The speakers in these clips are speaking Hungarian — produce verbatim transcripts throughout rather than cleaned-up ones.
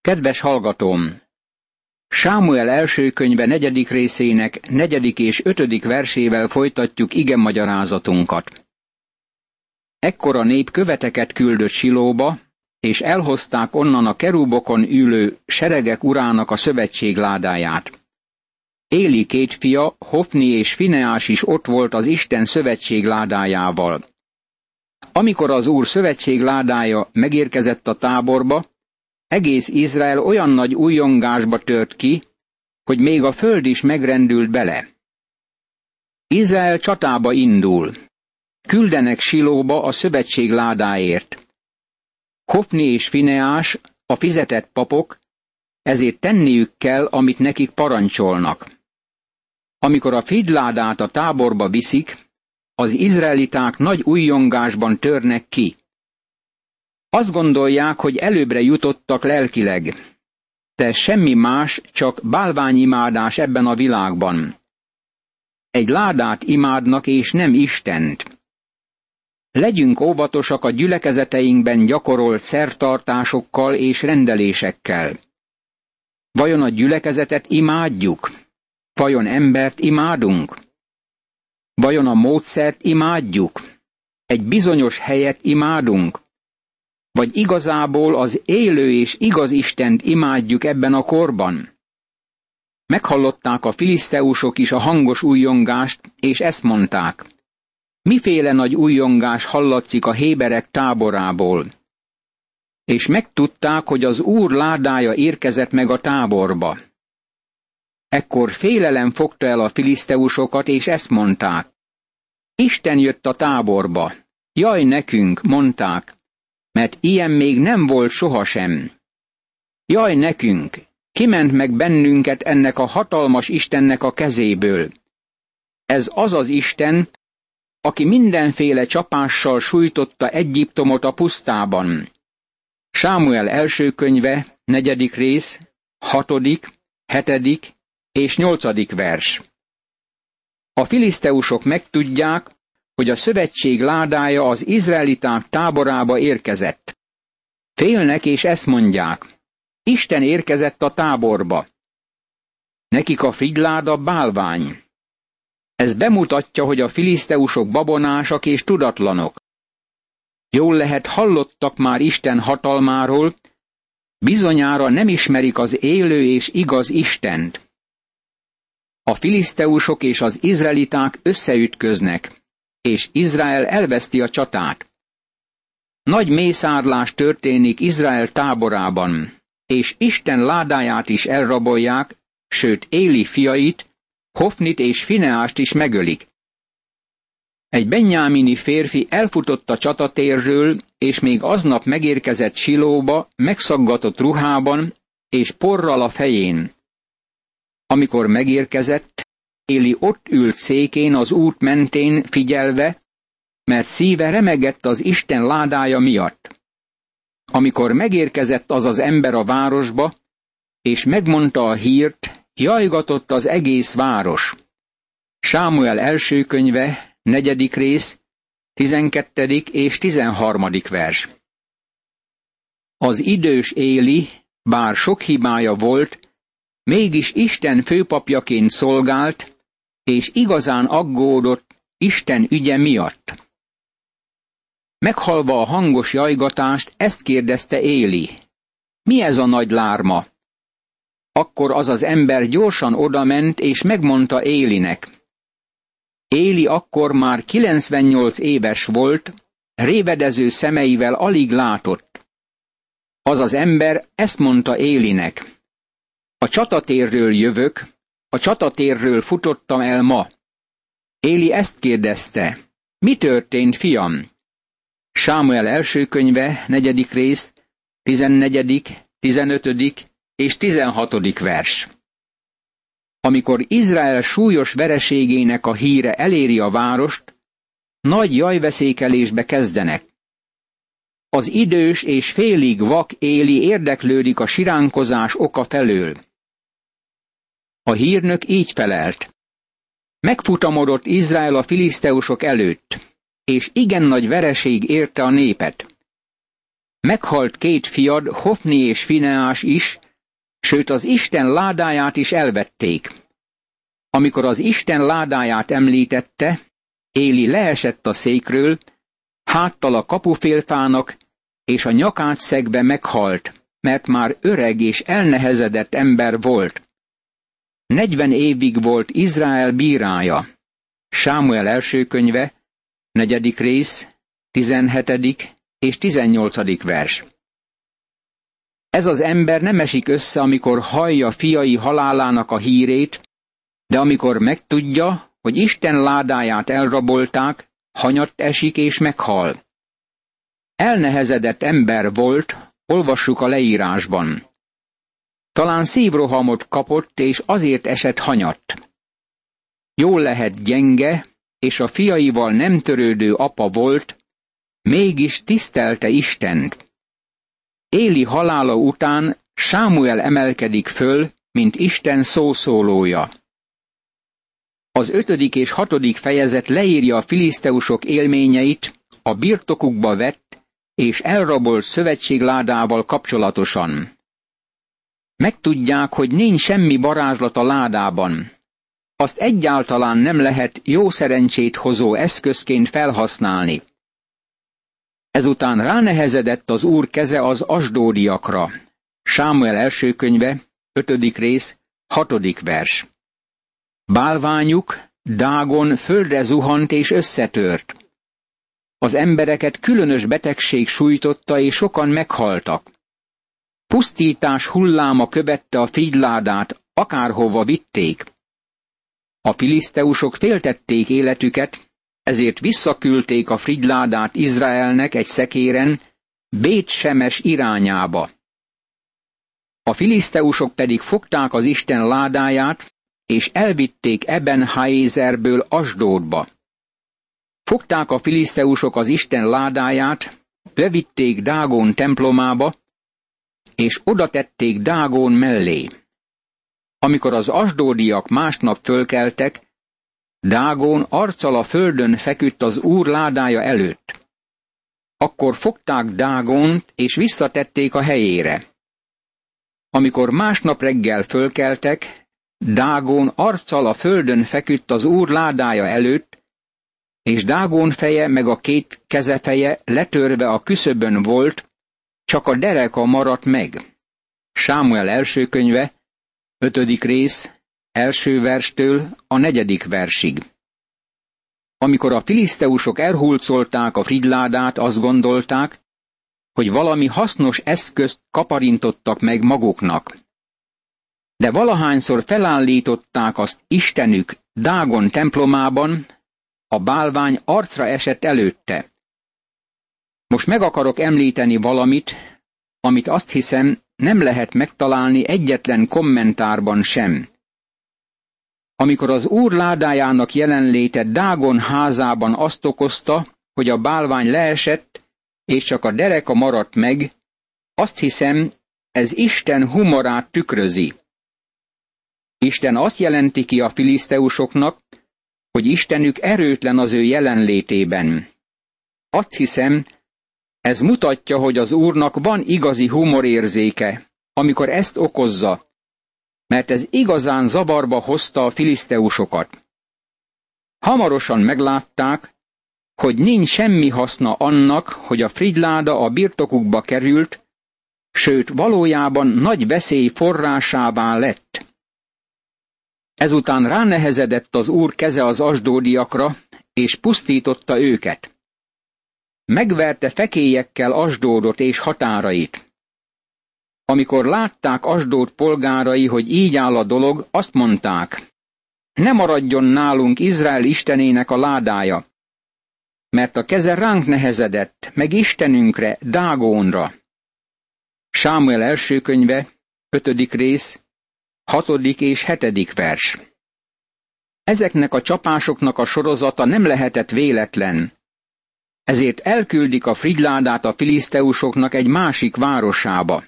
Kedves hallgatóm! Sámuel első könyve negyedik részének negyedik és ötödik versével folytatjuk igemagyarázatunkat. Ekkor a nép követeket küldött Silóba, és elhozták onnan a kerubokon ülő seregek urának a szövetség ládáját. Éli két fia, Hofni és Fineás is ott volt az Isten szövetség ládájával. Amikor az Úr szövetség ládája megérkezett a táborba, egész Izrael olyan nagy újongásba tört ki, hogy még a föld is megrendült bele. Izrael csatába indul. Küldenek Silóba a szövetség ládáért. Hofni és Fineás, a fizetett papok, ezért tenniük kell, amit nekik parancsolnak. Amikor a figyládát a táborba viszik, az izraeliták nagy újongásban törnek ki. Azt gondolják, hogy előbbre jutottak lelkileg, de semmi más, csak bálványimádás ebben a világban. Egy ládát imádnak, és nem Istent. Legyünk óvatosak a gyülekezeteinkben gyakorolt szertartásokkal és rendelésekkel. Vajon a gyülekezetet imádjuk? Vajon embert imádunk? Vajon a módszert imádjuk? Egy bizonyos helyet imádunk? Vagy igazából az élő és igaz Istent imádjuk ebben a korban? Meghallották a filiszteusok is a hangos újjongást, és ezt mondták: miféle nagy újjongás hallatszik a héberek táborából? És megtudták, hogy az Úr ládája érkezett meg a táborba. Ekkor félelem fogta el a filiszteusokat, és ezt mondták: Isten jött a táborba. Jaj nekünk, mondták, mert ilyen még nem volt sohasem. Jaj nekünk, kiment meg bennünket ennek a hatalmas Istennek a kezéből. Ez az az Isten, aki mindenféle csapással sújtotta Egyiptomot a pusztában. Sámuel első könyve, negyedik rész, hatodik, hetedik és nyolcadik vers. A filiszteusok megtudják, hogy a szövetség ládája az izraeliták táborába érkezett. Félnek, és ezt mondják: Isten érkezett a táborba. Nekik a figyláda bálvány. Ez bemutatja, hogy a filiszteusok babonásak és tudatlanok. Jól lehet, hallottak már Isten hatalmáról, bizonyára nem ismerik az élő és igaz Istent. A filiszteusok és az izraeliták összeütköznek, és Izrael elveszti a csatát. Nagy mészárlás történik Izrael táborában, és Isten ládáját is elrabolják, sőt Éli fiait, Hofnit és Fineást is megölik. Egy benjámini férfi elfutott a csatatérről, és még aznap megérkezett Silóba, megszaggatott ruhában, és porral a fején. Amikor megérkezett, Éli ott ült székén az út mentén figyelve, mert szíve remegett az Isten ládája miatt. Amikor megérkezett az az ember a városba, és megmondta a hírt, jajgatott az egész város. Sámuel első könyve, negyedik rész, tizenkettedik és tizenharmadik vers. Az idős Éli, bár sok hibája volt, mégis Isten főpapjaként szolgált, és igazán aggódott Isten ügye miatt. Meghalva a hangos jajgatást, ezt kérdezte Éli: mi ez a nagy lárma? Akkor az az ember gyorsan odament, és megmondta Élinek. Éli akkor már kilencvennyolc éves volt, révedező szemeivel alig látott. Az az ember ezt mondta Élinek: a csatatérről jövök, a csatatérről futottam el ma. Éli ezt kérdezte: mi történt, fiam? Sámuel első könyve, negyedik rész, tizennegyedik, tizenötödik és tizenhatodik vers. Amikor Izrael súlyos vereségének a híre eléri a várost, nagy jajveszékelésbe kezdenek. Az idős és félig vak Éli érdeklődik a siránkozás oka felől. A hírnök így felelt: megfutamodott Izrael a filiszteusok előtt, és igen nagy vereség érte a népet. Meghalt két fiad, Hofni és Fineás is, sőt az Isten ládáját is elvették. Amikor az Isten ládáját említette, Éli leesett a székről, háttal a kapufélfának, és a nyakát szegve meghalt, mert már öreg és elnehezedett ember volt. Negyven évig volt Izrael bírája. Sámuel első könyve, negyedik rész, tizenhetedik és tizennyolcadik vers. Ez az ember nem esik össze, amikor hallja fiai halálának a hírét, de amikor megtudja, hogy Isten ládáját elrabolták, hanyatt esik és meghal. Elnehezedett ember volt, olvassuk a leírásban. Talán szívrohamot kapott, és azért esett hanyatt. Jól lehet gyenge, és a fiaival nem törődő apa volt, mégis tisztelte Istent. Éli halála után Sámuel emelkedik föl, mint Isten szószólója. Az ötödik és hatodik fejezet leírja a filiszteusok élményeit a birtokukba vett és elrabolt szövetségládával kapcsolatosan. Megtudják, hogy nincs semmi varázslat a ládában. Azt egyáltalán nem lehet jó szerencsét hozó eszközként felhasználni. Ezután ránehezedett az Úr keze az asdódiakra. Sámuel első könyve, ötödik rész, hatodik vers. Bálványuk, Dágon földre zuhant és összetört. Az embereket különös betegség sújtotta, és sokan meghaltak. Pusztítás hulláma követte a figyládát, akárhova vitték. A filiszteusok féltették életüket, ezért visszaküldték a frigyládát Izraelnek egy szekéren, Bét-Semes irányába. A filiszteusok pedig fogták az Isten ládáját, és elvitték Eben-Háézerből Asdódba. Fogták a filiszteusok az Isten ládáját, bevitték Dágón templomába, és odatették Dágón mellé. Amikor az asdódiak másnap fölkeltek, Dágón arccal a földön feküdt az Úr ládája előtt. Akkor fogták Dágont, és visszatették a helyére. Amikor másnap reggel fölkeltek, Dágón arccal a földön feküdt az Úr ládája előtt, és Dágón feje meg a két kezefeje letörve a küszöbön volt, csak a dereka maradt meg. Sámuel első könyve, ötödik rész, első verstől a negyedik versig. Amikor a filiszteusok elhurcolták a frigyládát, azt gondolták, hogy valami hasznos eszközt kaparintottak meg maguknak. De valahányszor felállították azt Istenük Dágon templomában, a bálvány arcra esett előtte. Most meg akarok említeni valamit, amit azt hiszem nem lehet megtalálni egyetlen kommentárban sem. Amikor az Úr ládájának jelenléte Dágon házában azt okozta, hogy a bálvány leesett, és csak a dereka maradt meg, azt hiszem, ez Isten humorát tükrözi. Isten azt jelenti ki a filiszteusoknak, hogy Istenük erőtlen az ő jelenlétében. Azt hiszem, ez mutatja, hogy az Úrnak van igazi humorérzéke, amikor ezt okozza, mert ez igazán zavarba hozta a filiszteusokat. Hamarosan meglátták, hogy nincs semmi haszna annak, hogy a frigyláda a birtokukba került, sőt valójában nagy veszély forrásává lett. Ezután ránehezedett az Úr keze az asdódiakra, és pusztította őket. Megverte fekélyekkel Asdódot és határait. Amikor látták Asdód polgárai, hogy így áll a dolog, azt mondták, ne maradjon nálunk Izrael istenének a ládája, mert a keze ránk nehezedett, meg Istenünkre, Dágónra. Sámuel első könyve, ötödik rész, hatodik és hetedik vers. Ezeknek a csapásoknak a sorozata nem lehetett véletlen. Ezért elküldik a frigyládát a filiszteusoknak egy másik városába.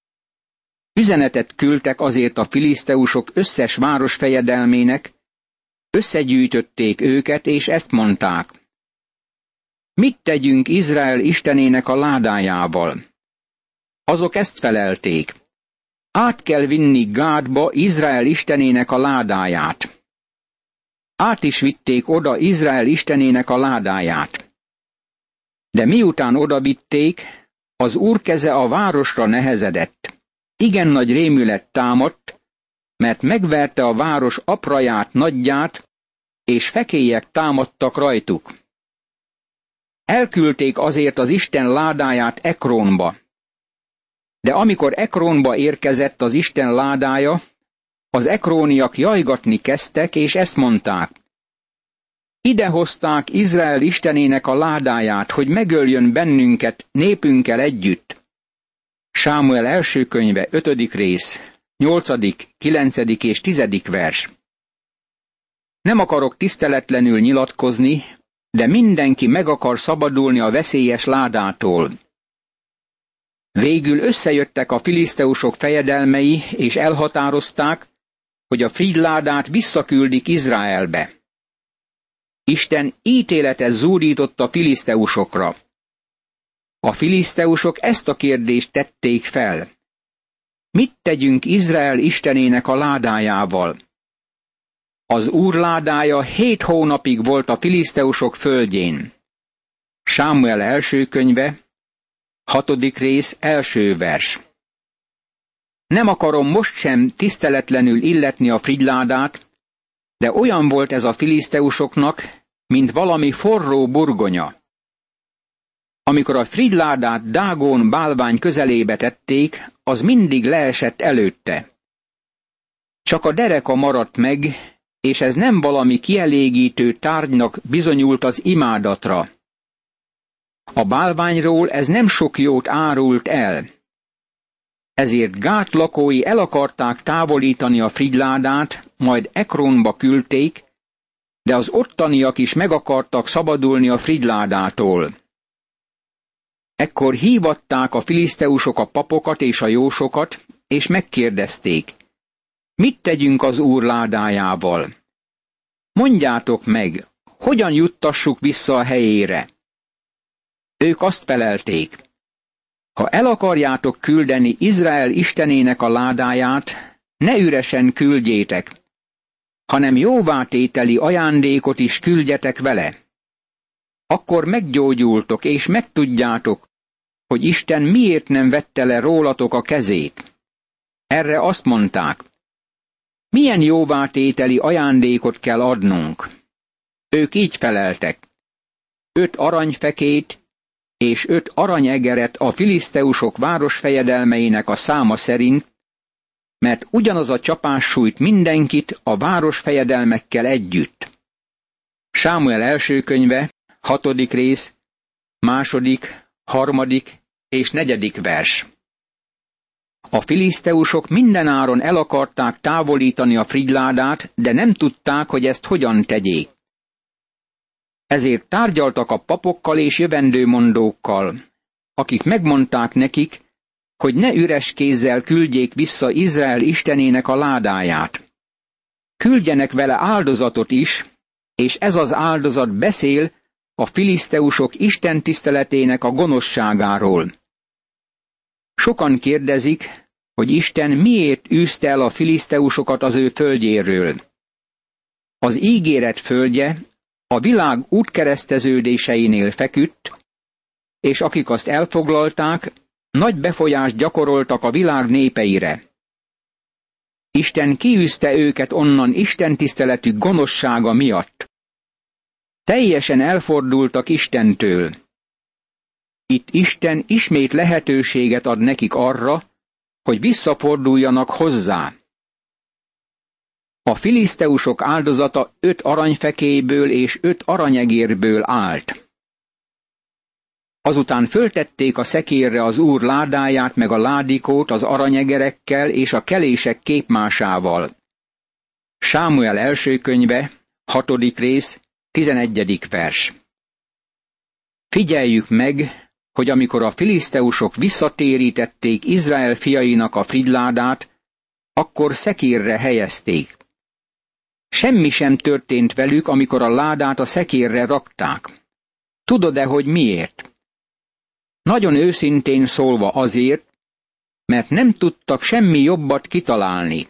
Üzenetet küldtek azért a filiszteusok összes városfejedelmének, összegyűjtötték őket, és ezt mondták. Mit tegyünk Izrael istenének a ládájával? Azok ezt felelték: át kell vinni Gádba Izrael istenének a ládáját. Át is vitték oda Izrael istenének a ládáját. De miután odavitték, az Úr keze a városra nehezedett. Igen nagy rémület támadt, mert megverte a város apraját, nagyját, és fekélyek támadtak rajtuk. Elküldték azért az Isten ládáját Ekrónba. De amikor Ekrónba érkezett az Isten ládája, az ekróniak jajgatni kezdtek, és ezt mondták: ide hozták Izrael istenének a ládáját, hogy megöljön bennünket, népünkkel együtt. Sámuel első könyve, ötödik rész, nyolcadik, kilencedik és tizedik vers. Nem akarok tiszteletlenül nyilatkozni, de mindenki meg akar szabadulni a veszélyes ládától. Végül összejöttek a filiszteusok fejedelmei, és elhatározták, hogy a frigyládát visszaküldik Izraelbe. Isten ítéletet zúdított a filiszteusokra. A filiszteusok ezt a kérdést tették fel: mit tegyünk Izrael istenének a ládájával? Az Úr ládája hét hónapig volt a filiszteusok földjén. Sámuel első könyve, hatodik rész, első vers. Nem akarom most sem tiszteletlenül illetni a frigyládát, de olyan volt ez a filiszteusoknak, mint valami forró burgonya. Amikor a frigyládát Dágón bálvány közelébe tették, az mindig leesett előtte. Csak a dereka maradt meg, és ez nem valami kielégítő tárgynak bizonyult az imádatra. A bálványról ez nem sok jót árult el. Ezért Gát lakói el akarták távolítani a frigyládát, majd Ekrónba küldték, de az ottaniak is meg akartak szabadulni a frigyládától. Ekkor hívatták a filiszteusok a papokat és a jósokat, és megkérdezték: mit tegyünk az Úr ládájával? Mondjátok meg, hogyan juttassuk vissza a helyére? Ők azt felelték: ha el akarjátok küldeni Izrael istenének a ládáját, ne üresen küldjétek, hanem jóvátételi ajándékot is küldjetek vele. Akkor meggyógyultok és megtudjátok, hogy Isten miért nem vette le rólatok a kezét. Erre azt mondták: milyen jóvátételi ajándékot kell adnunk? Ők így feleltek: öt aranyfekét és öt aranyegeret a filiszteusok városfejedelmeinek a száma szerint, mert ugyanaz a csapás sújt mindenkit a városfejedelmekkel együtt. Sámuel első könyve, hatodik rész, második, harmadik és negyedik vers. A filiszteusok mindenáron el akarták távolítani a frigyládát, de nem tudták, hogy ezt hogyan tegyék. Ezért tárgyaltak a papokkal és jövendőmondókkal, akik megmondták nekik, hogy ne üres kézzel küldjék vissza Izrael istenének a ládáját. Küldjenek vele áldozatot is, és ez az áldozat beszél a filiszteusok istentiszteletének a gonoszságáról. Sokan kérdezik, hogy Isten miért űzte el a filiszteusokat az ő földjéről. Az ígéret földje a világ útkereszteződéseinél feküdt, és akik azt elfoglalták, nagy befolyást gyakoroltak a világ népeire. Isten kiűzte őket onnan istentiszteletük gonoszsága miatt. Teljesen elfordultak Istentől. Itt Isten ismét lehetőséget ad nekik arra, hogy visszaforduljanak hozzá. A filiszteusok áldozata öt aranyfekélyből és öt aranyegérből állt. Azután föltették a szekérre az Úr ládáját meg a ládikót az aranyegerekkel és a kelések képmásával. Sámuel első könyve, hatodik rész, tizenegyedik vers. Figyeljük meg, hogy amikor a filiszteusok visszatérítették Izrael fiainak a frigyládát, akkor szekérre helyezték. Semmi sem történt velük, amikor a ládát a szekérre rakták. Tudod-e, hogy miért? Nagyon őszintén szólva azért, mert nem tudtak semmi jobbat kitalálni.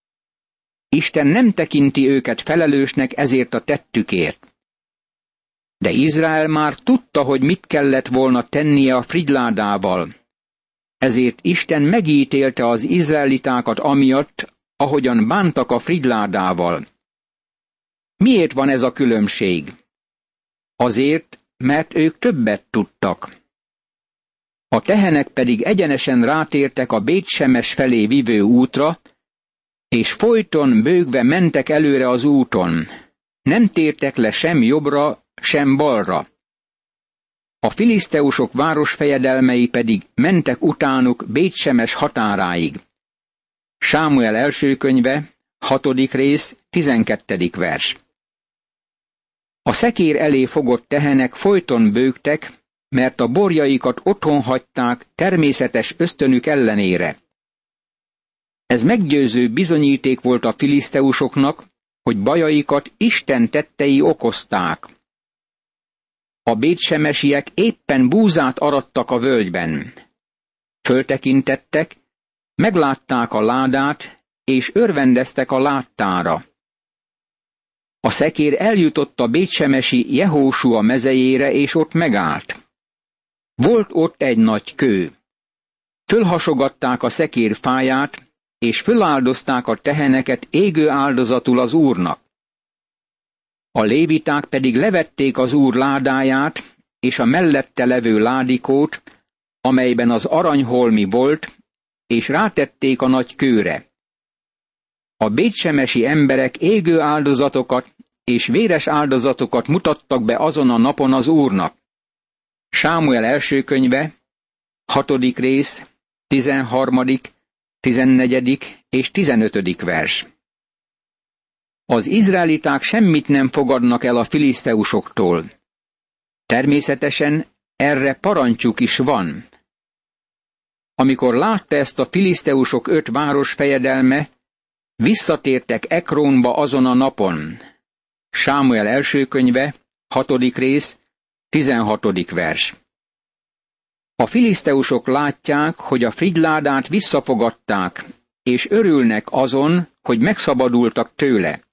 Isten nem tekinti őket felelősnek ezért a tettükért. De Izrael már tudta, hogy mit kellett volna tennie a frigyládával. Ezért Isten megítélte az izraelitákat amiatt, ahogyan bántak a frigyládával. Miért van ez a különbség? Azért, mert ők többet tudtak. A tehenek pedig egyenesen rátértek a Bét-Semes felé vivő útra, és folyton bőgve mentek előre az úton. Nem tértek le sem jobbra, sem balra. A filiszteusok városfejedelmei pedig mentek utánuk Bét-Semes határáig. Sámuel első könyve, hatodik rész, tizenkettedik vers. A szekér elé fogott tehenek folyton bőgtek, mert a borjaikat otthon hagyták természetes ösztönük ellenére. Ez meggyőző bizonyíték volt a filiszteusoknak, hogy bajaikat Isten tettei okozták. A bétsemesiek éppen búzát arattak a völgyben. Föltekintettek, meglátták a ládát, és örvendeztek a láttára. A szekér eljutott a bétsemesi Jehósua mezejére, és ott megállt. Volt ott egy nagy kő. Fölhasogatták a szekér fáját, és föláldozták a teheneket égő áldozatul az Úrnak. A léviták pedig levették az Úr ládáját, és a mellette levő ládikót, amelyben az aranyholmi volt, és rátették a nagy kőre. A bétsemesi emberek égő áldozatokat és véres áldozatokat mutattak be azon a napon az Úrnak. Sámuel első könyve, hatodik rész, tizenharmadik, tizennegyedik és tizenötödik vers. Az izraeliták semmit nem fogadnak el a filiszteusoktól. Természetesen erre parancsuk is van. Amikor látta ezt a filiszteusok öt város fejedelme, visszatértek Ekrónba azon a napon. Sámuel első könyve, hatodik rész, tizenhatodik vers. A filiszteusok látják, hogy a frigyládát visszafogadták, és örülnek azon, hogy megszabadultak tőle.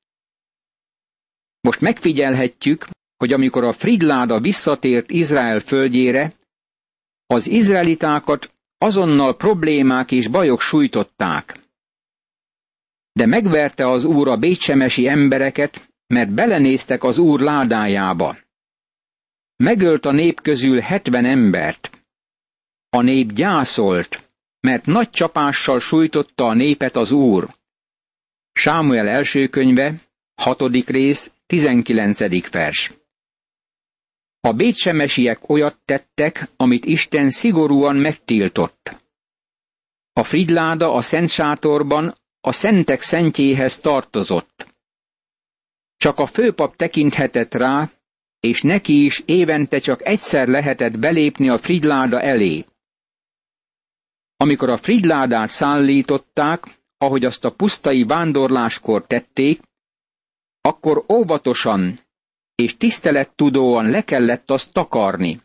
Most megfigyelhetjük, hogy amikor a frigyláda visszatért Izrael földjére, az izraelitákat azonnal problémák és bajok sújtották. De megverte az Úr a bétsemesi embereket, mert belenéztek az Úr ládájába. Megölt a nép közül hetven embert. A nép gyászolt, mert nagy csapással sújtotta a népet az Úr. Sámuel első könyve, hatodik rész, tizenkilencedik vers. A bétsemesiek olyat tettek, amit Isten szigorúan megtiltott. A frigyláda a szent sátorban a szentek szentjéhez tartozott. Csak a főpap tekinthetett rá, és neki is évente csak egyszer lehetett belépni a frigyláda elé. Amikor a frigyládát szállították, ahogy azt a pusztai vándorláskor tették, akkor óvatosan és tisztelettudóan le kellett azt takarni.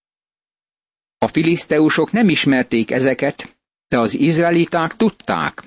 A filiszteusok nem ismerték ezeket, de az izraeliták tudták.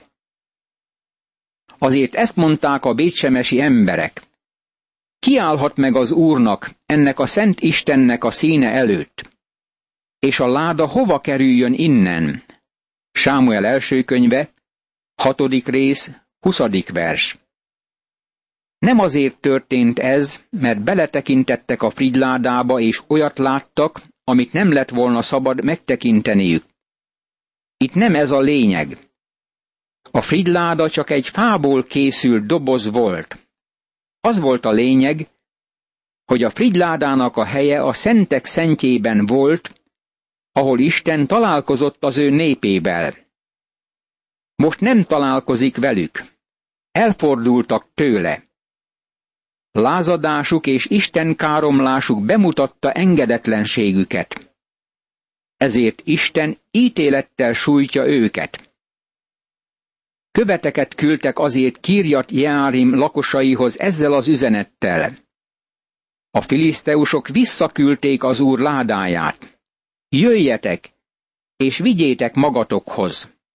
Azért ezt mondták a bétsemesi emberek. Kiállhat meg az Úrnak, ennek a szent Istennek a színe előtt? És a láda hova kerüljön innen? Sámuel első könyve, hatodik rész, huszadik vers. Nem azért történt ez, mert beletekintettek a frigyládába, és olyat láttak, amit nem lett volna szabad megtekinteniük. Itt nem ez a lényeg. A frigyláda csak egy fából készült doboz volt. Az volt a lényeg, hogy a frigyládának a helye a szentek szentjében volt, ahol Isten találkozott az ő népével. Most nem találkozik velük. Elfordultak tőle. Lázadásuk és Isten káromlásuk bemutatta engedetlenségüket. Ezért Isten ítélettel sújtja őket. Követeket küldtek azért Kirjat Jeárim lakosaihoz ezzel az üzenettel. A filiszteusok visszaküldték az Úr ládáját. Jöjjetek, és vigyétek magatokhoz.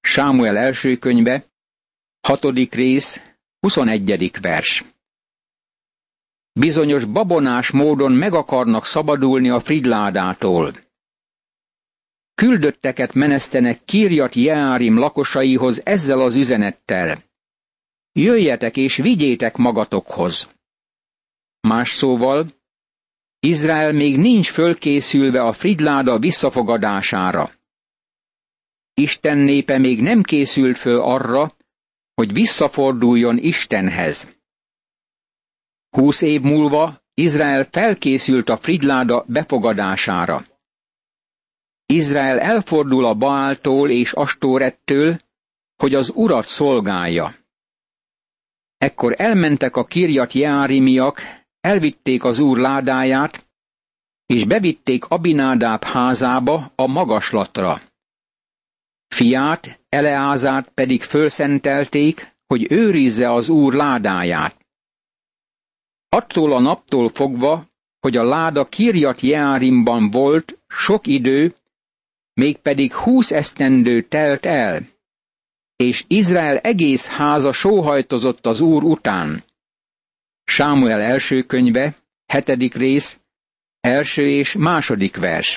Sámuel első könyve, hatodik rész, huszonegyedik vers. Bizonyos babonás módon meg akarnak szabadulni a Fridládától. Küldötteket menesztenek Kirjat Jeárim lakosaihoz ezzel az üzenettel: jöjjetek és vigyétek magatokhoz. Más szóval, Izrael még nincs fölkészülve a Fridláda visszafogadására. Isten népe még nem készült föl arra, hogy visszaforduljon Istenhez. Húsz év múlva Izrael felkészült a Fridláda befogadására. Izrael elfordul a Baáltól és Astórettől, hogy az Urat szolgálja. Ekkor elmentek a Kirjat Jeárimiak, elvitték az Úr ládáját, és bevitték Abinádáb házába a magaslatra. Fiát, Eleázát pedig fölszentelték, hogy őrizze az Úr ládáját. Attól a naptól fogva, hogy a láda Kirjat Jeárimban volt, sok idő, mégpedig húsz esztendő telt el, és Izrael egész háza sóhajtozott az Úr után. Sámuel első könyve, hetedik rész, első és második vers.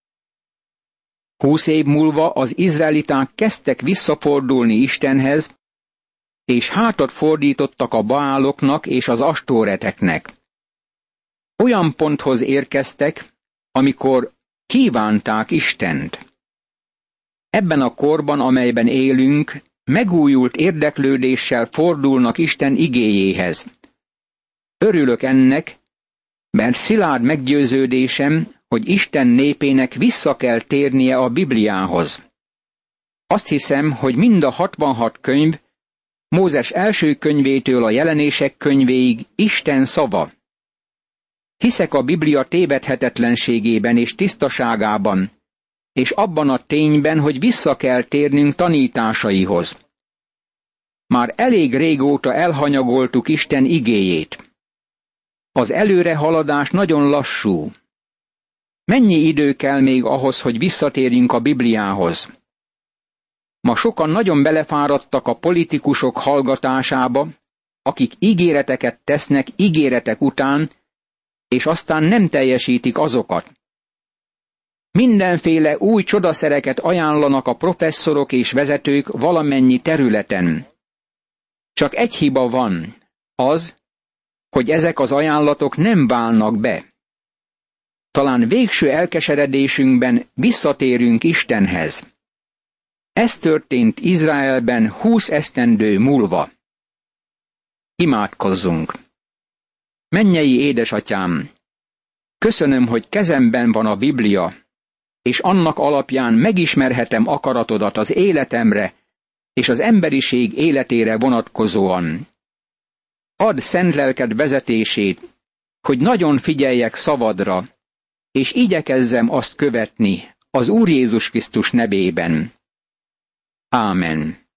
Húsz év múlva az izraeliták kezdtek visszafordulni Istenhez, és hátat fordítottak a Baáloknak és az Astóreteknek. Olyan ponthoz érkeztek, amikor kívánták Istent. Ebben a korban, amelyben élünk, megújult érdeklődéssel fordulnak Isten igéjéhez. Örülök ennek, mert szilárd meggyőződésem, hogy Isten népének vissza kell térnie a Bibliához. Azt hiszem, hogy mind a hatvanhat könyv, Mózes első könyvétől a Jelenések könyvéig Isten szava. Hiszek a Biblia tévedhetetlenségében és tisztaságában, és abban a tényben, hogy vissza kell térnünk tanításaihoz. Már elég régóta elhanyagoltuk Isten igéjét. Az előrehaladás nagyon lassú. Mennyi idő kell még ahhoz, hogy visszatérjünk a Bibliához? Ma sokan nagyon belefáradtak a politikusok hallgatásába, akik ígéreteket tesznek ígéretek után, és aztán nem teljesítik azokat. Mindenféle új csodaszereket ajánlanak a professzorok és vezetők valamennyi területen. Csak egy hiba van, az, hogy ezek az ajánlatok nem válnak be. Talán végső elkeseredésünkben visszatérünk Istenhez. Ez történt Izraelben húsz esztendő múlva. Imádkozzunk! Mennyei édesatyám! Köszönöm, hogy kezemben van a Biblia, és annak alapján megismerhetem akaratodat az életemre és az emberiség életére vonatkozóan. Add szent lelked vezetését, hogy nagyon figyeljek szavadra, és igyekezzem azt követni az Úr Jézus Krisztus nevében. Ámen.